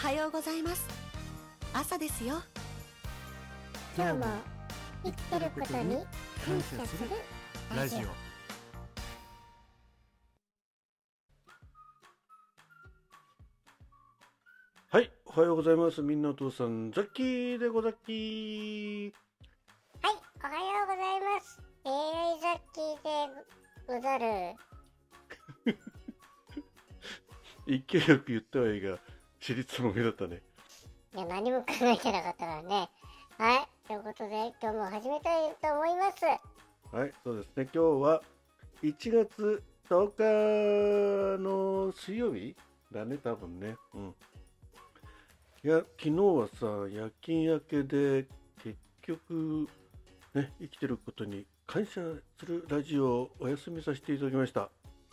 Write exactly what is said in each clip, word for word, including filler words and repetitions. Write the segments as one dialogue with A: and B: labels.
A: はようございます。朝ですよ。
B: 今日も生きてることに感謝するラジオ。
C: はい、おはようございます。みんなお父さん、ザッキーでござっきー。
B: はい、おはようございます。エーアイ ザッキーでござる。
C: 勢いよく言ったはいいが、私立もめだったね。
B: いや、何も考えてなかったからね。はい、ということで今日も始めたいと思います。
C: はい、そうですね。今日はいちがつとおかの水曜日だね、多分ね。うん。いや、昨日はさ、夜勤明けで結局、ね、生きてることに感謝するラジオをお休みさせていただきました。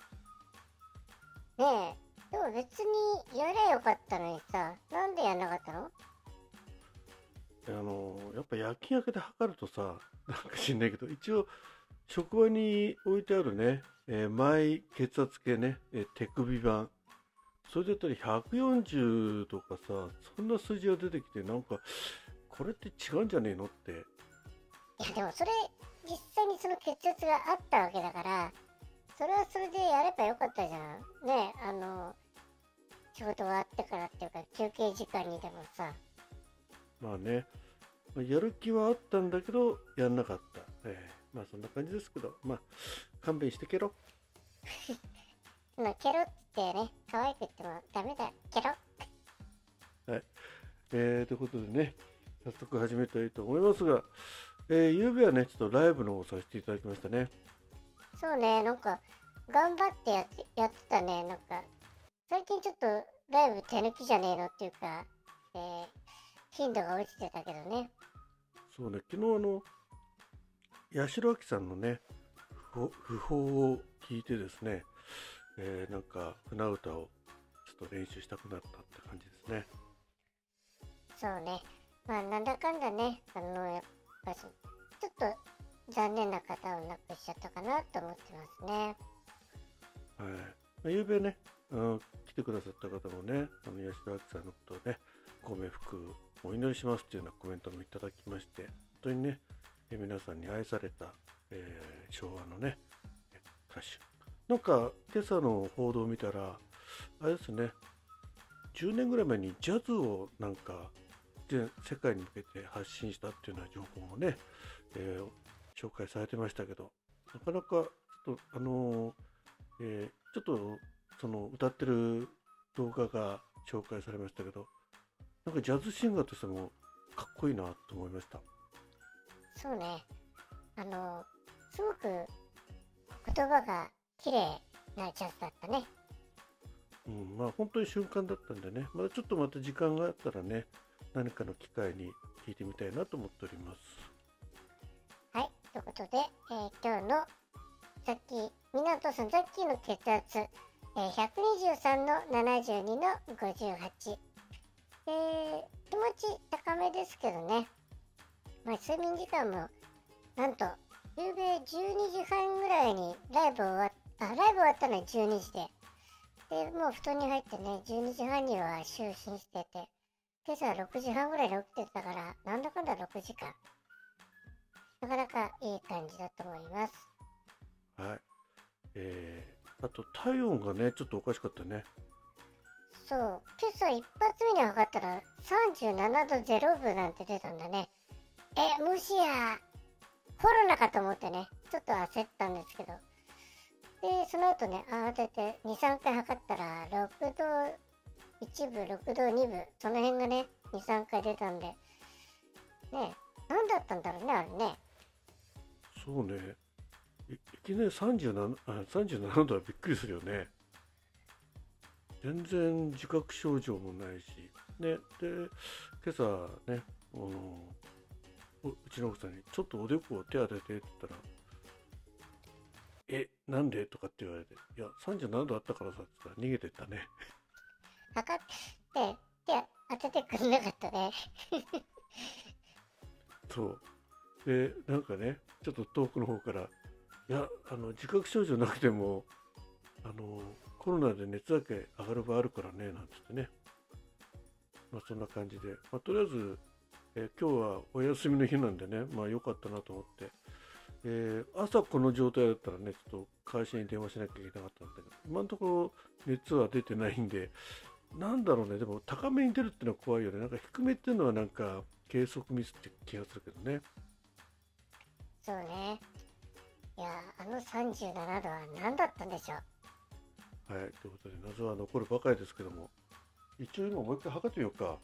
B: ねえ、でも別にやればよかったのにさ、なんでやんなかったの？
C: あのやっぱ夜勤明けで測るとさ、なんか知んないけど、一応職場に置いてあるね、えー、マイ血圧計ね、えー、手首版、それで言ったらひゃくよんじゅうとかさ、そんな数字が出てきて、なんかこれって違うんじゃねえのって。
B: いやでもそれ実際にその血圧があったわけだから、それはそれでやればよかったじゃんね。あの仕事があってからっていうか休憩時間にでもさ。
C: まあね、やる気はあったんだけどやんなかった、えー、まあそんな感じですけど、まあ勘弁してけろ。
B: まあケロってね、可愛く言ってもダメだ、ケロ。
C: はい、えー、ということでね、早速始めたいと思いますが、えー、ゆうべはね、ちょっとライブの方をさせていただきましたね。
B: そうね、なんか頑張ってやってやってたね。なんか最近ちょっとライブ手抜きじゃねえのっていうか、えー、頻度が落ちてたけどね。
C: そうね、昨日あの八代亜紀さんのね訃報を聞いてですね、えー、なんか船歌をちょっと練習したくなったって感じですね。
B: そうね、まあなんだかんだね、あのやっぱちょっと残念な方を亡くしちゃったかなと思ってますね。
C: はい、ゆうべね、あの来てくださった方もね、あの八代亜紀さんのことをね、ご冥福お祈りしますっていうようなコメントもいただきまして、本当にね、え皆さんに愛された、えー、昭和のね歌手。なんか今朝の報道を見たらあれですね、じゅうねんぐらい前にジャズをなんか全世界に向けて発信したっていうような情報もね、えー、紹介されてましたけど、なかなかちょっとあのーえー、ちょっとその歌ってる動画が紹介されましたけど、なんかジャズシンガーとしてもかっこいいなと思いました。
B: そうね、あのすごく言葉が綺麗なジャズだったね。
C: うん、まあ本当に瞬間だったんでね、まだちょっとまた時間があったらね、何かの機会に聞いてみたいなと思っております。
B: はい、ということで、えー、今日のザッキー、みなとさんザッキーの血圧、えー、ひゃくにじゅうさんのななじゅうにのごじゅうはち。えー、気持ち高めですけどね。まあ、睡眠時間もなんと夕べじゅうにじはんぐらいにライブ終わっあライブ終わったのはじゅうにじで、でもう布団に入ってね、じゅうにじはんには就寝してて、今朝はろくじはんぐらいに起きてたから、なんだかんだろくじかん、なかなかいい感じだと思います。
C: はい、えー、あと体温がねちょっとおかしかったね。
B: そう、今朝一発目に測ったらさんじゅうななどぜろぶなんて出たんだね。え、もしやコロナかと思ってね、ちょっと焦ったんですけど、でその後ね、慌ててにさんかい測ったらろくどいちぶ、ろくどにぶ、その辺がねにさんかい出たんでね、何だったんだろうね、あれね。
C: そうね、い, いきなりさんじゅうなな、あさんじゅうななどはびっくりするよね。全然自覚症状もないしね。で今朝ね、あのうちの奥さんにちょっとおでこを手当ててって言ったら、えなんでとかって言われて、いやさんじゅうななどあったからさって言ったら逃げてったね。
B: 測って手当ててくれなかったね。
C: そうで、なんかねちょっと遠くの方から、いやあの自覚症状なくてもあのコロナで熱だけ上がる場合あるからねなんつってね。 まあ、そんな感じで、まあ、とりあえず、えー今日はお休みの日なんでね、まあ良かったなと思って、えー朝この状態だったらね、ちょっと会社に電話しなきゃいけなかったんだけど、今のところ熱は出てないんで、なんだろうね、でも高めに出るっていうのは怖いよね。なんか低めっていうのはなんか計測ミスって気がするけどね。
B: そうね。いや、あのさんじゅうななどは何だったんでしょう。
C: はい、ということで謎は残るばかりですけども、一応今もう一回測ってみようか。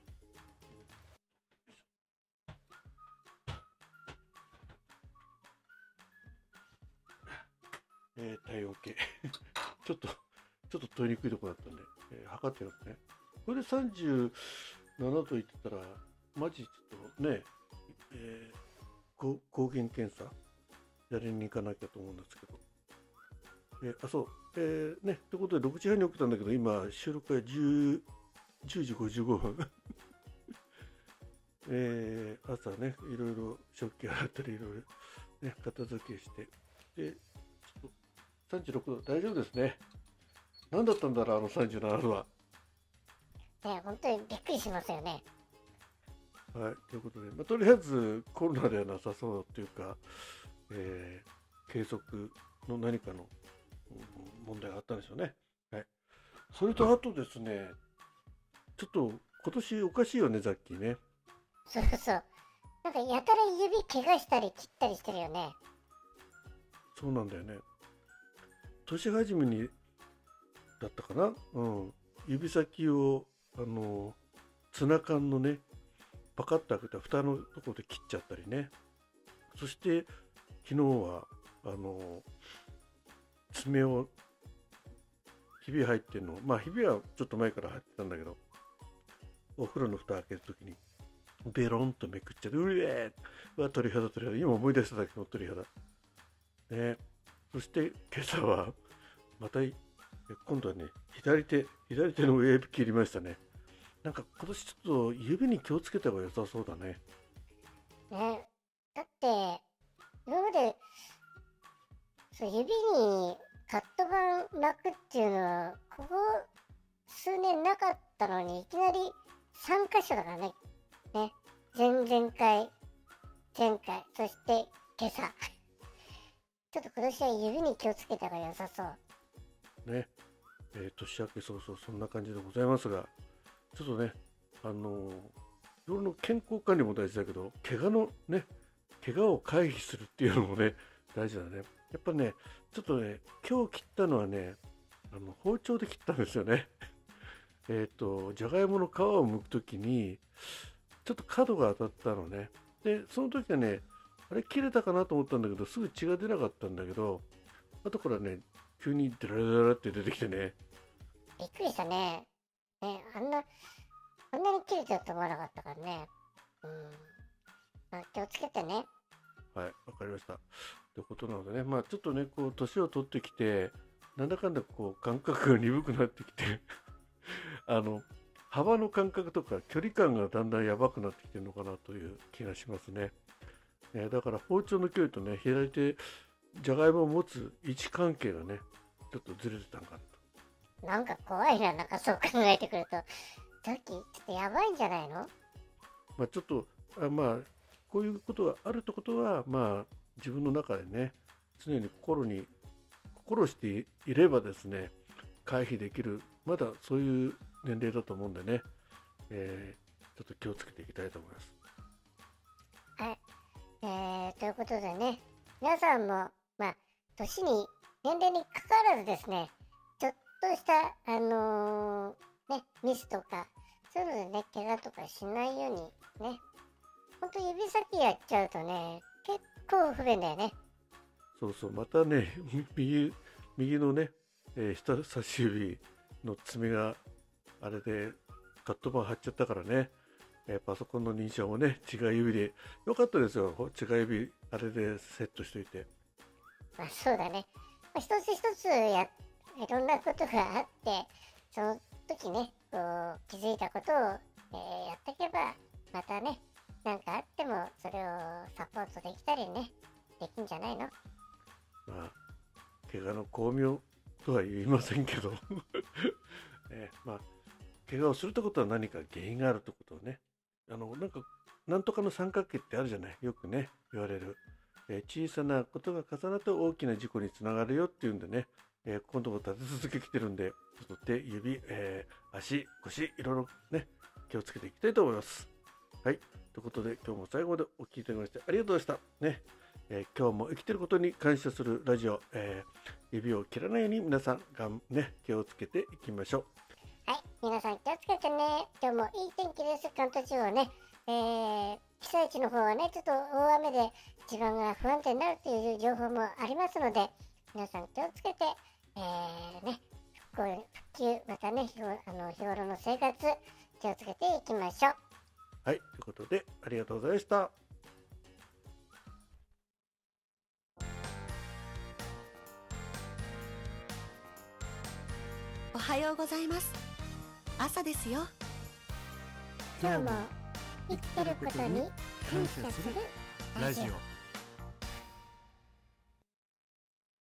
C: えー、体温計ちょっとちょっと取りにくいところだったんで、えー測ってみますね。これでさんじゅうななど言ってたらマジちょっとね、えーこ抗原検査やりに行かなきゃと思うんですけど、えーあそう、えーねということでろくじはんに起きたんだけど、今収録はじゅう、じゅうじごじゅうごふんえー朝ねいろいろ食器洗ったりいろいろね片付けして、でちょっとさんじゅうろくど大丈夫ですね。何だったんだろうあのさんじゅうななどは。
B: ね、本当にびっくりしますよね。
C: はい、ということで、まあ、とりあえずコロナではなさそうというか、えー計測の何かのうん問題があったんでしょうね。はい、それとあとですね、ちょっと今年おかしいよね、ザッキーね。
B: そうそう。なんかやたら指怪我したり切ったりしてるよね。
C: そうなんだよね。年始めにだったかな、うん、指先をあのツナ缶のねパカッと開けた蓋のところで切っちゃったりね。そして昨日はあの爪をひび入ってるの、まあひびはちょっと前から入ってたんだけど、お風呂の蓋開けるときにベロンとめくっちゃって、うえーうわ鳥肌鳥肌、今思い出しただけの鳥肌ね。そして今朝はまた今度はね左手左手の親指切りましたね。なんか今年ちょっと指に気をつけた方が良さそうだね。
B: ね。だって、今まで、そう指にカット板巻くっていうのは、ここ数年なかったのに、いきなりさん箇所だからね。ね。前々回、前回、そして今朝。ちょっと今年は指に気をつけた方が良さそう。
C: ね、えー年明け早々そんな感じでございますが、ちょっとね、あのー、いろいろの健康管理も大事だけど、怪我のね、怪我を回避するっていうのもね、大事だね。やっぱね、ちょっとね、今日切ったのはね、あの包丁で切ったんですよね。えっと、じゃがいもの皮を剥くときに、ちょっと角が当たったのね。で、その時はね、あれ切れたかなと思ったんだけど、すぐ血が出なかったんだけど、後からね、急にデラデラって出てきてね、
B: びっくりしたね。ね、あんな、あんなに切れちゃうと思わなかったからね。うん。まあ、気をつけてね。
C: はい、わかりました。ということなのでね、まあちょっとね、こう、年を取ってきて、なんだかんだこう、感覚が鈍くなってきて、あの、幅の感覚とか距離感がだんだんやばくなってきてるのかなという気がしますね。えーだから包丁の距離とね、左手、じゃがいもを持つ位置関係がね、ちょっとずれてたんかなと。
B: なんか怖いな、なんかそう考えてくると。さっき、ちょっとやばいんじゃないの？
C: まあちょっと、あまあ、こういうことがあるってことは、まあ自分の中でね、常に心に、心していればですね、回避できる、まだそういう年齢だと思うんでね、えーちょっと気をつけていきたいと思います。
B: はい。えー、ということでね、皆さんも、まあ、年に、年齢に関わらずですね、ちょっとした、あのーね、ミスとか、そういうのでね、怪我とかしないようにね、ほんと指先やっちゃうとね、結構不便だよね。
C: そうそう、またね、右、右のね、えー人差し指の爪があれでカット板貼っちゃったからね、えーパソコンの認証もね、違う指で、よかったですよ、違う指、あれでセットしといて。
B: まあ、そうだね。まあ、一つ一つや、いろんなことがあって、その時ね、こう、気づいたことを、えーやっていけば、またね、なんかあっても、それをサポートできたりね、できんじゃないの？
C: まあ、怪我の巧妙とは言いませんけど、ね、まあ、 怪我をするってことは何か原因があるってことをね、あのなんかなんとかの三角形ってあるじゃない、よくね言われる、えー小さなことが重なって大きな事故につながるよっていうんでね、えー、今度も立て続け来てるんで、ちょっと手、指、えー足、腰、いろいろね気をつけていきたいと思います。はい、ということで今日も最後までお聞きいただきましてありがとうございましたね。えー今日も生きてることに感謝するラジオ、えー指を切らないように皆さんがん、ね、気をつけていきましょう。
B: はい、皆さん気をつけてね。今日もいい天気です。関東地方ね、えー、被災地の方はね、ちょっと大雨で地盤が不安定になるという情報もありますので、皆さん気をつけて、えー、ね、復興、復旧、またね、日ごあの日頃の生活、気をつけていきましょう。
C: はい、ということでありがとうございました。
A: おはようございます。朝ですよ。
B: 今日も生きてることに感謝するラジオ。